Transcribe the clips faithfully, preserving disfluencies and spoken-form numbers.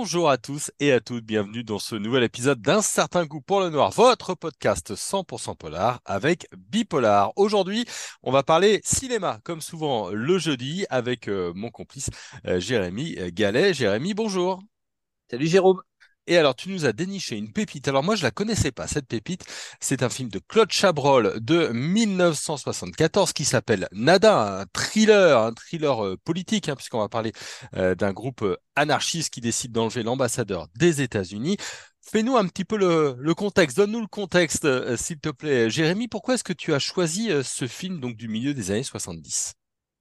Bonjour à tous et à toutes, bienvenue dans ce nouvel épisode d'Un certain goût pour le noir, votre podcast cent pour cent polar avec Bipolar. Aujourd'hui, on va parler cinéma, comme souvent le jeudi, avec euh, mon complice euh, Jérémy euh, Gallet. Jérémy, bonjour. Salut Jérôme. Et alors, tu nous as déniché une pépite. Alors moi, je la connaissais pas, cette pépite. C'est un film de Claude Chabrol de mille neuf cent soixante-quatorze qui s'appelle Nada, un thriller, un thriller euh, politique, hein, puisqu'on va parler euh, d'un groupe euh, anarchiste qui décide d'enlever l'ambassadeur des États-Unis. Fais-nous un petit peu le, le contexte, donne-nous le contexte, euh, s'il te plaît. Jérémy, pourquoi est-ce que tu as choisi euh, ce film donc du milieu des années soixante-dix?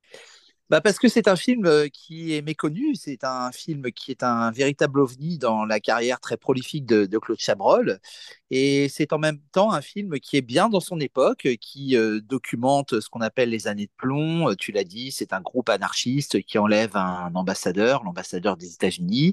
Bah parce que c'est un film euh, qui est méconnu, c'est un film qui est un véritable ovni dans la carrière très prolifique de, de Claude Chabrol. Et c'est en même temps un film qui est bien dans son époque, qui euh, documente ce qu'on appelle les années de plomb. Euh, Tu l'as dit, c'est un groupe anarchiste qui enlève un ambassadeur, l'ambassadeur des États-Unis.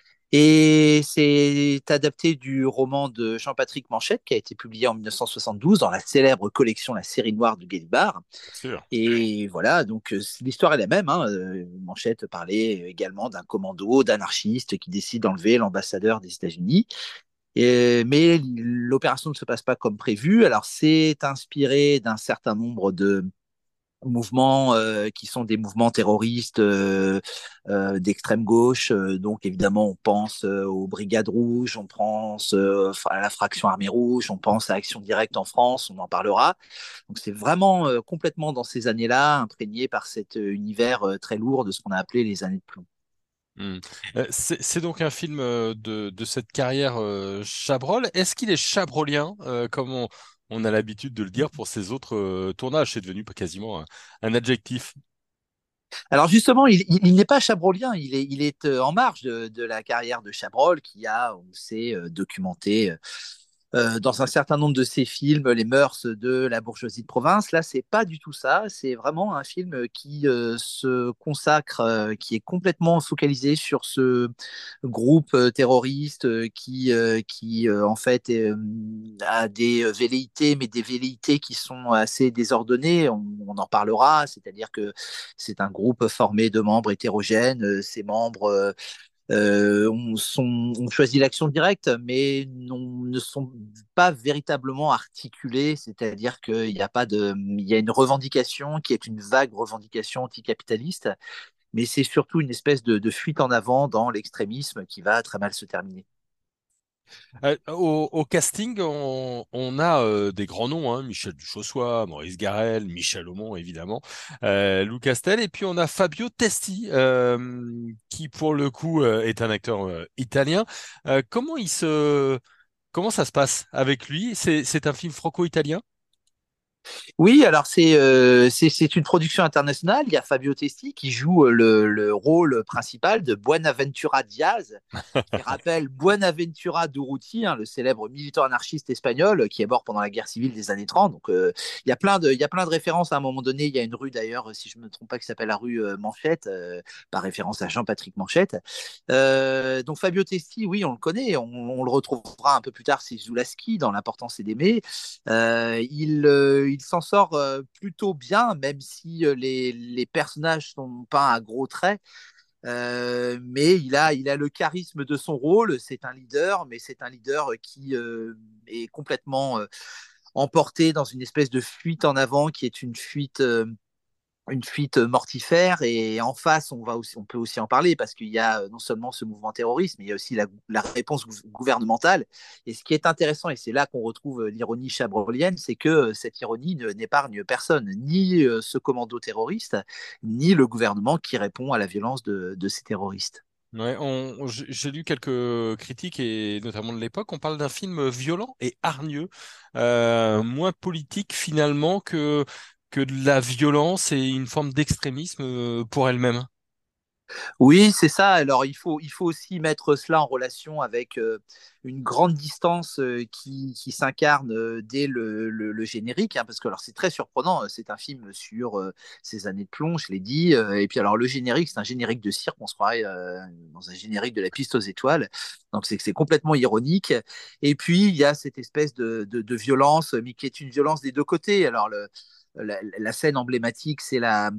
Et c'est adapté du roman de Jean-Patrick Manchette qui a été publié en mille neuf cent soixante-douze dans la célèbre collection La série noire de Gallimard. Bien sûr. Et voilà, donc euh, l'histoire est la même, hein. Euh, Manchette parlait également d'un commando, d'anarchistes qui décide d'enlever l'ambassadeur des États-Unis. Et- mais l'opération ne se passe pas comme prévu. Alors c'est inspiré d'un certain nombre de mouvements euh, qui sont des mouvements terroristes euh, euh, d'extrême gauche. Euh, donc évidemment, on pense euh, aux Brigades Rouges, on pense euh, à la fraction Armée Rouge, on pense à Action Directe en France, on en parlera. Donc c'est vraiment euh, complètement dans ces années-là, imprégné par cet euh, univers euh, très lourd de ce qu'on a appelé les années de plomb. Hmm. Euh, C'est c'est donc un film euh, de, de cette carrière euh, Chabrol. Est-ce qu'il est chabrolien, euh, comme on, on a l'habitude de le dire pour ses autres euh, tournages? C'est devenu quasiment un, un adjectif. Alors justement, il, il- il n'est pas chabrolien, il est, il est euh, en marge de, de la carrière de Chabrol qui a, on le sait, euh, documenté euh, euh, dans un certain nombre de ses films les mœurs de la bourgeoisie de province. Là, c'est pas du tout ça. C'est vraiment un film qui euh, se consacre, euh, qui est complètement focalisé sur ce groupe euh, terroriste euh, qui, euh, qui euh, en fait, euh, a des velléités, mais des velléités qui sont assez désordonnées. On, on en parlera. C'est-à-dire que c'est un groupe formé de membres hétérogènes. Euh, Ces membres euh, euh, on, sont, on choisit l'action directe, mais non, ne sont pas véritablement articulés, c'est-à-dire qu'il y a pas de, il y a une revendication qui est une vague revendication anticapitaliste, mais c'est surtout une espèce de, de fuite en avant dans l'extrémisme qui va très mal se terminer. Euh, au, au casting, on, on a euh, des grands noms, hein, Michel Duchossois, Maurice Garrel, Michel Aumont évidemment, euh, Lou Castel, et puis on a Fabio Testi, euh, qui pour le coup euh, est un acteur euh, italien. Euh, comment il se, comment ça se passe avec lui? C'est, c'est un film franco-italien? Oui, alors c'est euh, c'est c'est une production internationale. Il y a Fabio Testi qui joue euh, le, le rôle principal de Buenaventura Diaz, qui rappelle Buenaventura Durruti, hein, le célèbre militant anarchiste espagnol euh, qui est mort pendant la guerre civile des années trente. Donc euh, il y a plein de il y a plein de références. À un moment donné, il y a une rue d'ailleurs, si je me trompe pas, qui s'appelle la rue euh, Manchette, euh, par référence à Jean-Patrick Manchette. Euh, donc Fabio Testi, oui, on le connaît. On, on le retrouvera un peu plus tard, c'est Zulaski dans L'importance est d'aimer. Euh, il, euh, il s'en sort euh, plutôt bien, même si euh, les, les personnages sont peints à gros traits. Euh, mais il a, il a le charisme de son rôle. C'est un leader, mais c'est un leader qui euh, est complètement euh, emporté dans une espèce de fuite en avant qui est une fuite euh, une fuite mortifère. Et en face, on, va aussi, on peut aussi en parler parce qu'il y a euh, non seulement ce mouvement terroriste, mais il y a aussi la, la réponse gou- gouvernementale. Et ce qui est intéressant, et c'est là qu'on retrouve euh, l'ironie chabrolienne, c'est que euh, cette ironie ne- n'épargne personne, ni euh, ce commando terroriste, ni le gouvernement qui répond à la violence de, de ces terroristes. Ouais, on, on- j'ai j'ai lu quelques critiques et notamment de l'époque. On parle d'un film violent et hargneux, euh, moins politique finalement que que de la violence et une forme d'extrémisme euh, pour elle-même. Oui, c'est ça. Alors, il faut, il faut aussi mettre cela en relation avec euh, une grande distance euh, qui, qui s'incarne euh, dès le, le- le générique, hein, parce que alors c'est très surprenant. euh, C'est un film sur euh, ces années de plomb, je l'ai dit. Euh, et puis alors le générique, c'est un générique de cirque. On se croirait euh, dans un générique de la piste aux étoiles. Donc c'est c'est complètement ironique. Et puis il y a cette espèce de, de, de violence, mais qui est une violence des deux côtés. Alors le, la, la scène emblématique, c'est la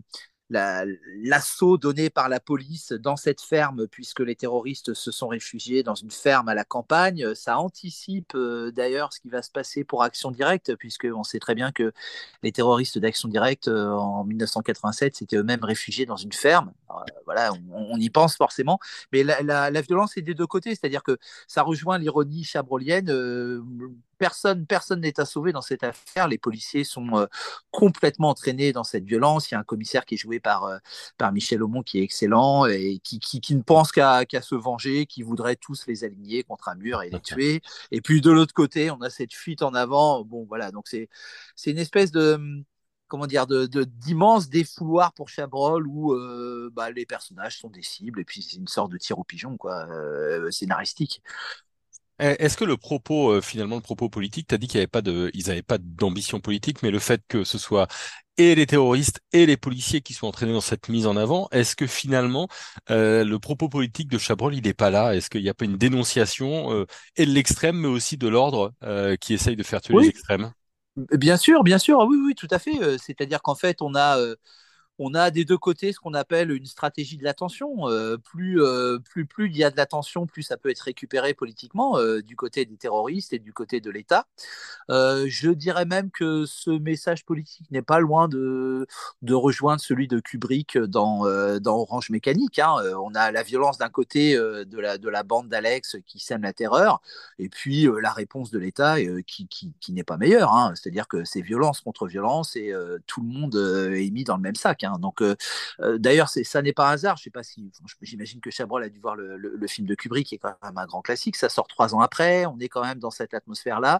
la, l'assaut donné par la police dans cette ferme, puisque les terroristes se sont réfugiés dans une ferme à la campagne. Ça anticipe euh, d'ailleurs ce qui va se passer pour Action Directe, puisqu'on sait très bien que les terroristes d'Action Directe euh, en mille neuf cent quatre-vingt-sept s'étaient eux-mêmes réfugiés dans une ferme. Alors, euh, voilà, on, on, y pense forcément, mais la, la, la, violence est des deux côtés, c'est-à-dire que ça rejoint l'ironie chabrolienne. Euh, personne personne n'est à sauver dans cette affaire. Les policiers sont euh, complètement entraînés dans cette violence. Il y a un commissaire qui est joué par, euh, par Michel Aumont qui est excellent et qui, qui, qui ne pense qu'à qu'à se venger, qui voudrait tous les aligner contre un mur et les tuer. Et puis de l'autre côté, on a cette fuite en avant. Bon, voilà, donc c'est, c'est une espèce de comment dire, de, de, d'immenses défouloirs pour Chabrol où euh, bah, les personnages sont des cibles et puis c'est une sorte de tir au pigeon, quoi, euh, scénaristique. Est-ce que le propos, euh, finalement, le propos politique, t'as dit qu'il y avait pas de, ils n'avaient pas d'ambition politique, mais le fait que ce soit et les terroristes et les policiers qui sont entraînés dans cette mise en avant, est-ce que finalement, euh, le propos politique de Chabrol, il n'est pas là? Est-ce qu'il n'y a pas une dénonciation, euh, et de l'extrême, mais aussi de l'ordre, euh, qui essaye de faire tuer les Oui, extrêmes? bien sûr, bien sûr, oui, oui, tout à fait. Euh, C'est-à-dire qu'en fait, on a, euh, on a des deux côtés ce qu'on appelle une stratégie de l'attention. Euh, plus, euh, plus, plus il y a de l'attention, plus ça peut être récupéré politiquement euh, du côté des terroristes et du côté de l'État. Euh, je dirais même que ce message politique n'est pas loin de, de rejoindre celui de Kubrick dans, euh, dans Orange Mécanique. Hein. Euh, on a la violence d'un côté euh, de, la, de la bande d'Alex qui sème la terreur, et puis euh, la réponse de l'État euh, qui, qui, qui n'est pas meilleure. Hein. C'est-à-dire que c'est violence contre violence et euh, tout le monde euh, est mis dans le même sac. Hein. Donc, euh, euh, d'ailleurs, c'est, ça n'est pas un hasard. Je sais pas si, enfin, j'imagine que Chabrol a dû voir le, le, le film de Kubrick, qui est quand même un grand classique. Ça sort trois ans après. On est quand même dans cette atmosphère-là.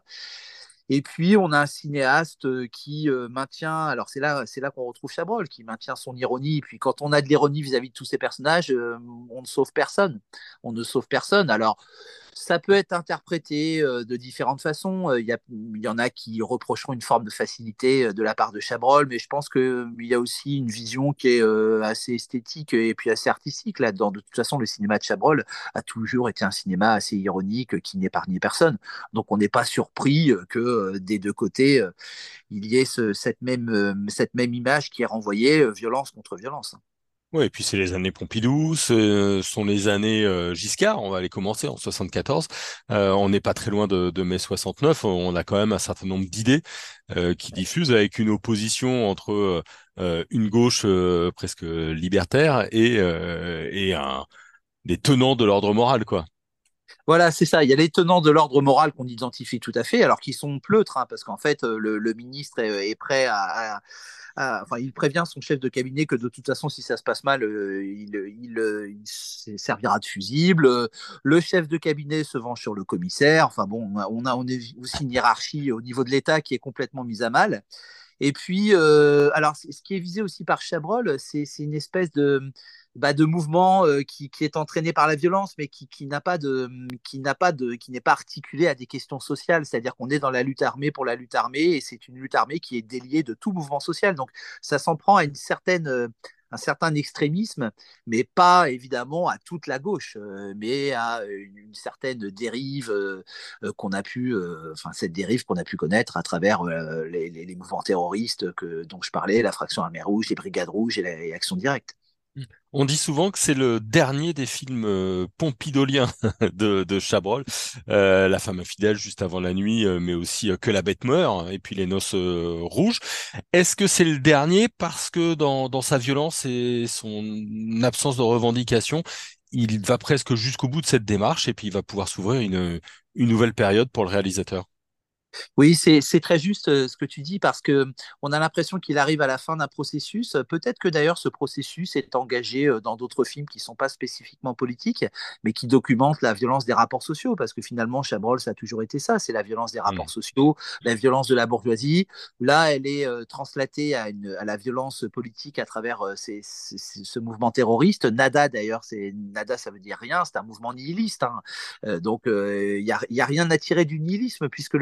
Et puis, on a un cinéaste euh, qui euh, maintient, alors c'est là, c'est là qu'on retrouve Chabrol, qui maintient son ironie. Et puis, quand on a de l'ironie vis-à-vis de tous ces personnages, euh, on ne sauve personne. On ne sauve personne. Alors, ça peut être interprété euh, de différentes façons. Euh, Il y, a- il y en a qui reprocheront une forme de facilité euh, de la part de Chabrol, mais je pense qu'il y a aussi une vision qui est euh, assez esthétique et puis assez artistique là-dedans. De toute façon, le cinéma de Chabrol a toujours été un cinéma assez ironique euh, qui n'épargnait personne. Donc, on n'est pas surpris euh, que euh, des deux côtés, euh, il y ait ce- cette même, euh, cette même image qui est renvoyée, euh, violence contre violence. Ouais, et puis c'est les années Pompidou, ce sont les années euh, Giscard, on va les commencer en soixante-quatorze. Euh, on n'est pas très loin de, de mai soixante-neuf, on a quand même un certain nombre d'idées euh, qui diffusent avec une opposition entre euh, euh, une gauche euh, presque libertaire et, euh, et un, des tenants de l'ordre moral, quoi. Voilà, c'est ça. Il y a les tenants de l'ordre moral qu'on identifie tout à fait, alors qu'ils sont pleutres, hein, parce qu'en fait, euh, le, le ministre est, est prêt à, à- à- enfin, il prévient son chef de cabinet que de toute façon, si ça se passe mal, euh, il, il, euh, il se servira de fusible. Euh, Le chef de cabinet se venge sur le commissaire. Enfin bon, on a, on a on est aussi une hiérarchie au niveau de l'État qui est complètement mise à mal. Et puis, euh, alors, ce qui est visé aussi par Chabrol, c'est c'est une espèce de, bah, de mouvement euh, qui, qui est entraîné par la violence, mais qui, qui n'a pas de, qui n'a pas de, qui n'est pas articulé à des questions sociales. C'est-à-dire qu'on est dans la lutte armée pour la lutte armée, et c'est une lutte armée qui est déliée de tout mouvement social. Donc, ça s'en prend à une certaine, euh, un certain extrémisme, mais pas évidemment à toute la gauche, euh, mais à une, une certaine dérive euh, euh, qu'on a pu, euh, enfin cette dérive qu'on a pu connaître à travers euh, les, les, les mouvements terroristes que, dont je parlais, la fraction armée rouge, les brigades rouges et, la, et Action Directe. On dit souvent que c'est le dernier des films euh, pompidoliens de, de Chabrol, euh, La femme infidèle juste avant la nuit, euh, mais aussi euh, Que la bête meurt, et puis Les noces euh, rouges. Est-ce que c'est le dernier parce que dans, dans sa violence et son absence de revendication, il va presque jusqu'au bout de cette démarche et puis il va pouvoir s'ouvrir une, une nouvelle période pour le réalisateur? Oui, c'est c'est très juste euh, ce que tu dis parce que on a l'impression qu'il arrive à la fin d'un processus. Peut-être que d'ailleurs ce processus est engagé euh, dans d'autres films qui sont pas spécifiquement politiques, mais qui documentent la violence des rapports sociaux. Parce que finalement, Chabrol, ça a toujours été ça, c'est la violence des rapports Hmm. sociaux, la violence de la bourgeoisie. Là, elle est euh, translatée à, une, à la violence politique à travers euh, ces- ces- ces- ce mouvement terroriste. Nada, d'ailleurs, c'est Nada, ça veut dire rien, c'est un mouvement nihiliste. Hein. Euh, donc, il euh, n'y a, y a rien à tirer du nihilisme, puisque le nihilisme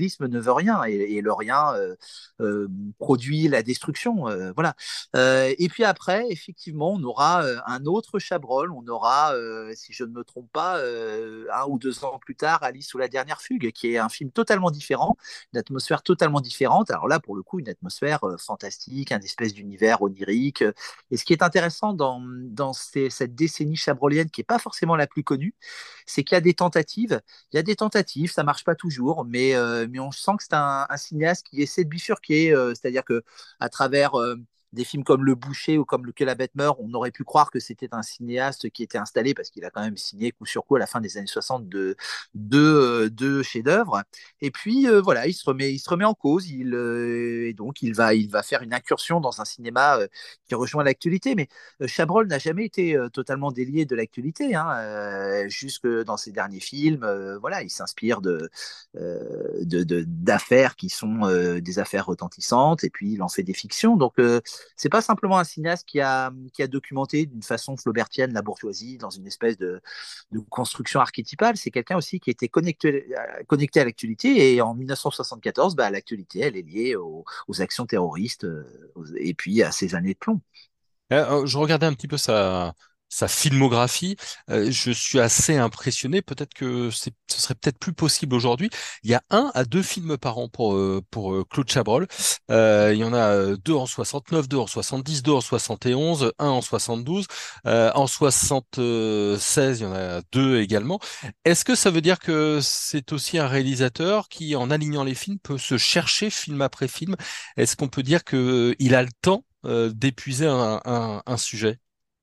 terrorisme ne veut rien et, et le rien euh, euh, produit la destruction. Euh, voilà. Euh, et puis après, effectivement, on aura euh, un autre Chabrol. On aura, euh, si je ne me trompe pas, euh, un ou deux ans plus tard, Alice ou la dernière fugue, qui est un film totalement différent, une atmosphère totalement différente. Alors là, pour le coup, une atmosphère euh, fantastique, un espèce d'univers onirique. Et ce qui est intéressant dans, dans ces, cette décennie chabrolienne, qui n'est pas forcément la plus connue, c'est qu'il y a des tentatives. Il y a des tentatives, ça marche pas toujours, mais, euh, mais on sent que c'est un, un cinéaste qui essaie de bifurquer, euh, c'est-à-dire que à travers euh, des films comme Le Boucher ou comme Le Que la bête meurt, on aurait pu croire que c'était un cinéaste qui était installé parce qu'il a quand même signé coup sur coup à la fin des années soixante de deux, euh, deux chefs-d'œuvre. Et puis euh, voilà, il se remet, il se remet en cause. Il, euh, et donc il va, il va faire une incursion dans un cinéma euh, qui rejoint l'actualité. Mais euh, Chabrol n'a jamais été euh, totalement délié de l'actualité. Hein, euh, jusque dans ses derniers films, euh, voilà, il s'inspire de, euh, de, de- d'affaires qui sont euh, des affaires retentissantes. Et puis il en fait des fictions. Donc euh, c'est pas simplement un cinéaste qui a, qui a documenté d'une façon flaubertienne la bourgeoisie dans une espèce de, de construction archétypale. C'est quelqu'un aussi qui était connecté, connecté à l'actualité. Et en mille neuf cent soixante-quatorze, bah, l'actualité, elle est liée aux, aux actions terroristes euh, et puis à ces années de plomb. Euh, Je regardais un petit peu sa, sa filmographie. Euh, je suis assez impressionné. Peut-être que c'est, ce serait peut-être plus possible aujourd'hui. Il y a un à deux films par an pour, euh, pour euh, Claude Chabrol. Euh, il y en a euh, deux en soixante-neuf, deux en soixante-dix, deux en soixante et onze, un en soixante-douze. Euh, en soixante-seize, il y en a deux également. Est-ce que ça veut dire que c'est aussi un réalisateur qui, en alignant les films, peut se chercher film après film? Est-ce qu'on peut dire que il a le temps euh, d'épuiser un, un, un sujet?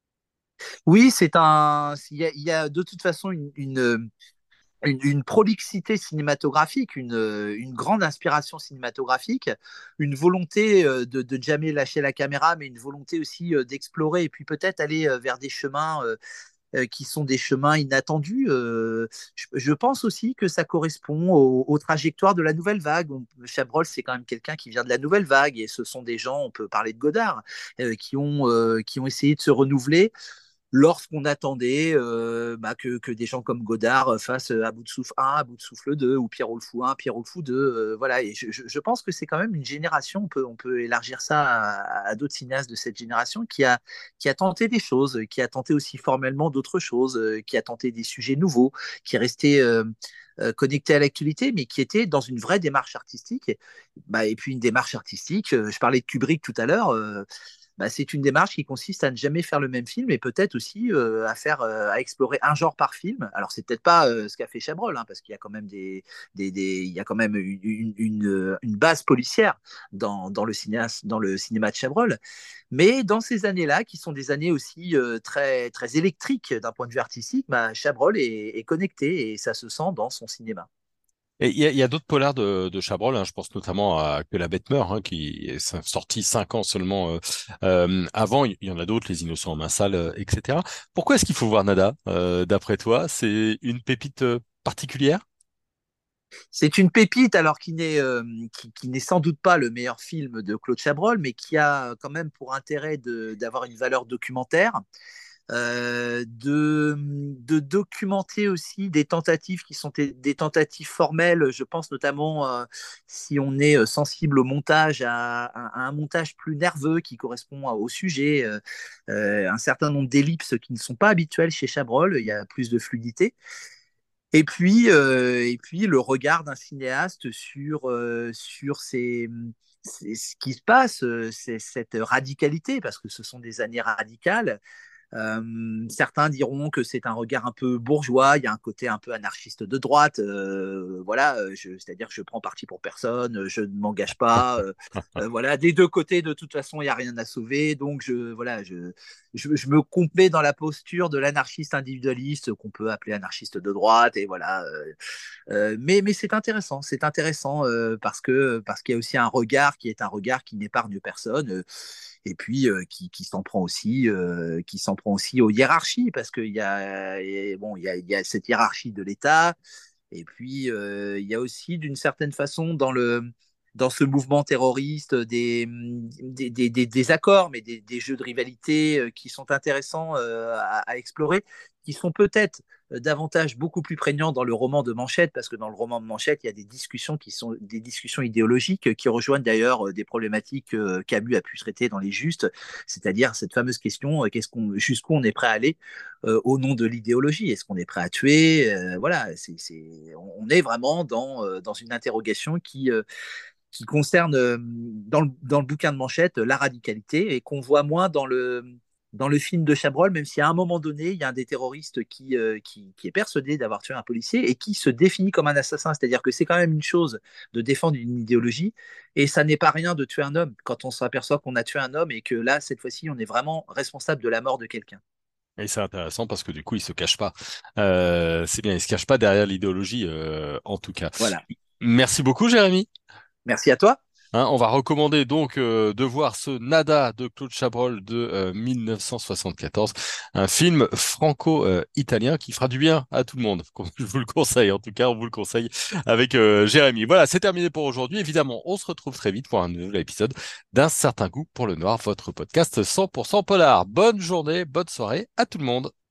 Oui, c'est un. Il y, a, il y a de toute façon une, une, une, une prolixité cinématographique, une, une grande inspiration cinématographique, une volonté euh, de, de jamais lâcher la caméra, mais une volonté aussi euh, d'explorer et puis peut-être aller euh, vers des chemins euh, euh, qui sont des chemins inattendus. Euh, je, je pense aussi que ça correspond aux, aux trajectoires de la nouvelle vague. On- Chabrol, c'est quand même quelqu'un qui vient de la nouvelle vague et ce sont des gens, on peut parler de Godard, euh, qui ont, euh, qui ont essayé de se renouveler lorsqu'on attendait euh, bah, que, que, des gens comme Godard fassent euh, À bout de souffle un, À bout de souffle deux, ou Pierrot le fou un, Pierrot le fou deux. Euh, voilà. Et je, je, pense que c'est quand même une génération, on peut, on peut élargir ça à, à d'autres cinéastes de cette génération, qui a, qui a tenté des choses, qui a tenté aussi formellement d'autres choses, euh, qui a tenté des sujets nouveaux, qui est resté euh, euh, connecté à l'actualité, mais qui était dans une vraie démarche artistique. Et, bah, et puis une démarche artistique, euh, je parlais de Kubrick tout à l'heure, euh, bah, c'est une démarche qui consiste à ne jamais faire le même film et peut-être aussi euh, à faire euh, à explorer un genre par film. Alors c'est peut-être pas euh, ce qu'a fait Chabrol, hein, parce qu'il y a quand même des, des, des il y a quand même une, une, une, une base policière dans, dans, le cinéaste, dans le cinéma de Chabrol. Mais dans ces années-là, qui sont des années aussi euh, très très électriques d'un point de vue artistique, bah, Chabrol est, est connecté et ça se sent dans son cinéma. Et il y a, il y a d'autres polars de, de Chabrol, hein, je pense notamment à Que la bête meurt, hein, qui est sorti cinq ans seulement euh, euh, avant. Il y en a d'autres, Les Innocents en main sale, euh, et cetera. Pourquoi est-ce qu'il faut voir Nada, euh, d'après toi? C'est une pépite euh, particulière? C'est une pépite, alors qui n'est euh, qui, qui n'est sans doute pas le meilleur film de Claude Chabrol, mais qui a quand même pour intérêt de- d'avoir une valeur documentaire, euh, de, de documenter aussi des tentatives qui sont des, des tentatives formelles. Je pense notamment, euh, si on est sensible au montage, à, à- à un montage plus nerveux qui correspond au sujet, euh, euh, un certain nombre d'ellipses qui ne sont pas habituelles chez Chabrol. Il y a plus de fluidité. Et puis, euh, et puis le regard d'un cinéaste sur, euh, sur ces, ces- ce qui se passe, euh, c'est cette radicalité, parce que ce sont des années radicales, euh, certains diront que c'est un regard un peu bourgeois, il y a un côté un peu anarchiste de droite, euh, voilà, euh, je- c'est-à-dire que je prends parti pour personne, je ne m'engage pas, euh, euh, voilà, des deux côtés de toute façon il n'y a rien à sauver, donc je, voilà, je, je, je me complais dans la posture de l'anarchiste individualiste qu'on peut appeler anarchiste de droite, et voilà. Euh, euh, mais mais c'est intéressant, c'est intéressant euh, parce que parce qu'il y a aussi un regard qui est un regard qui n'épargne personne. Euh, et puis euh, qui, qui s'en prend aussi, euh, qui s'en prend aussi aux hiérarchies, parce qu'il y a, et bon, il y a, il y a cette hiérarchie de l'État, et puis euh, il y a aussi d'une certaine façon dans le dans ce mouvement terroriste des, des, des, des- des accords, mais des, des jeux de rivalité euh, qui sont intéressants euh, à, à explorer, qui sont peut-être euh, davantage beaucoup plus prégnants dans le roman de Manchette, parce que dans le roman de Manchette, il y a des discussions qui sont des discussions idéologiques qui rejoignent d'ailleurs euh, des problématiques que Camus a pu traiter dans Les Justes, c'est-à-dire cette fameuse question euh, qu'est-ce qu'on, jusqu'où on est prêt à aller euh, au nom de l'idéologie. Est-ce qu'on est prêt à tuer euh, Voilà, c'est, c'est, on est vraiment dans, euh, dans une interrogation qui, euh, qui concerne euh, dans le, dans le bouquin de Manchette la radicalité et qu'on voit moins dans le, dans le film de Chabrol, même si à un moment donné, il y a un des terroristes qui, euh, qui, qui est persuadé d'avoir tué un policier et qui se définit comme un assassin. C'est-à-dire que c'est quand même une chose de défendre une idéologie et ça n'est pas rien de tuer un homme quand on s'aperçoit qu'on a tué un homme et que là, cette fois-ci, on est vraiment responsable de la mort de quelqu'un. Et c'est intéressant parce que du coup, il se cache pas. Euh, c'est bien, il se cache pas derrière l'idéologie, euh, en tout cas. Voilà. Merci beaucoup, Jérémy. Merci à toi. Hein, on va recommander donc euh, de voir ce Nada de Claude Chabrol de euh, mille neuf cent soixante-quatorze, un film franco-italien qui fera du bien à tout le monde. Je vous le conseille, en tout cas, on vous le conseille avec euh, Jérémy. Voilà, c'est terminé pour aujourd'hui. Évidemment, on se retrouve très vite pour un nouvel épisode d'Un certain goût pour le noir, votre podcast cent pour cent polar. Bonne journée, bonne soirée à tout le monde.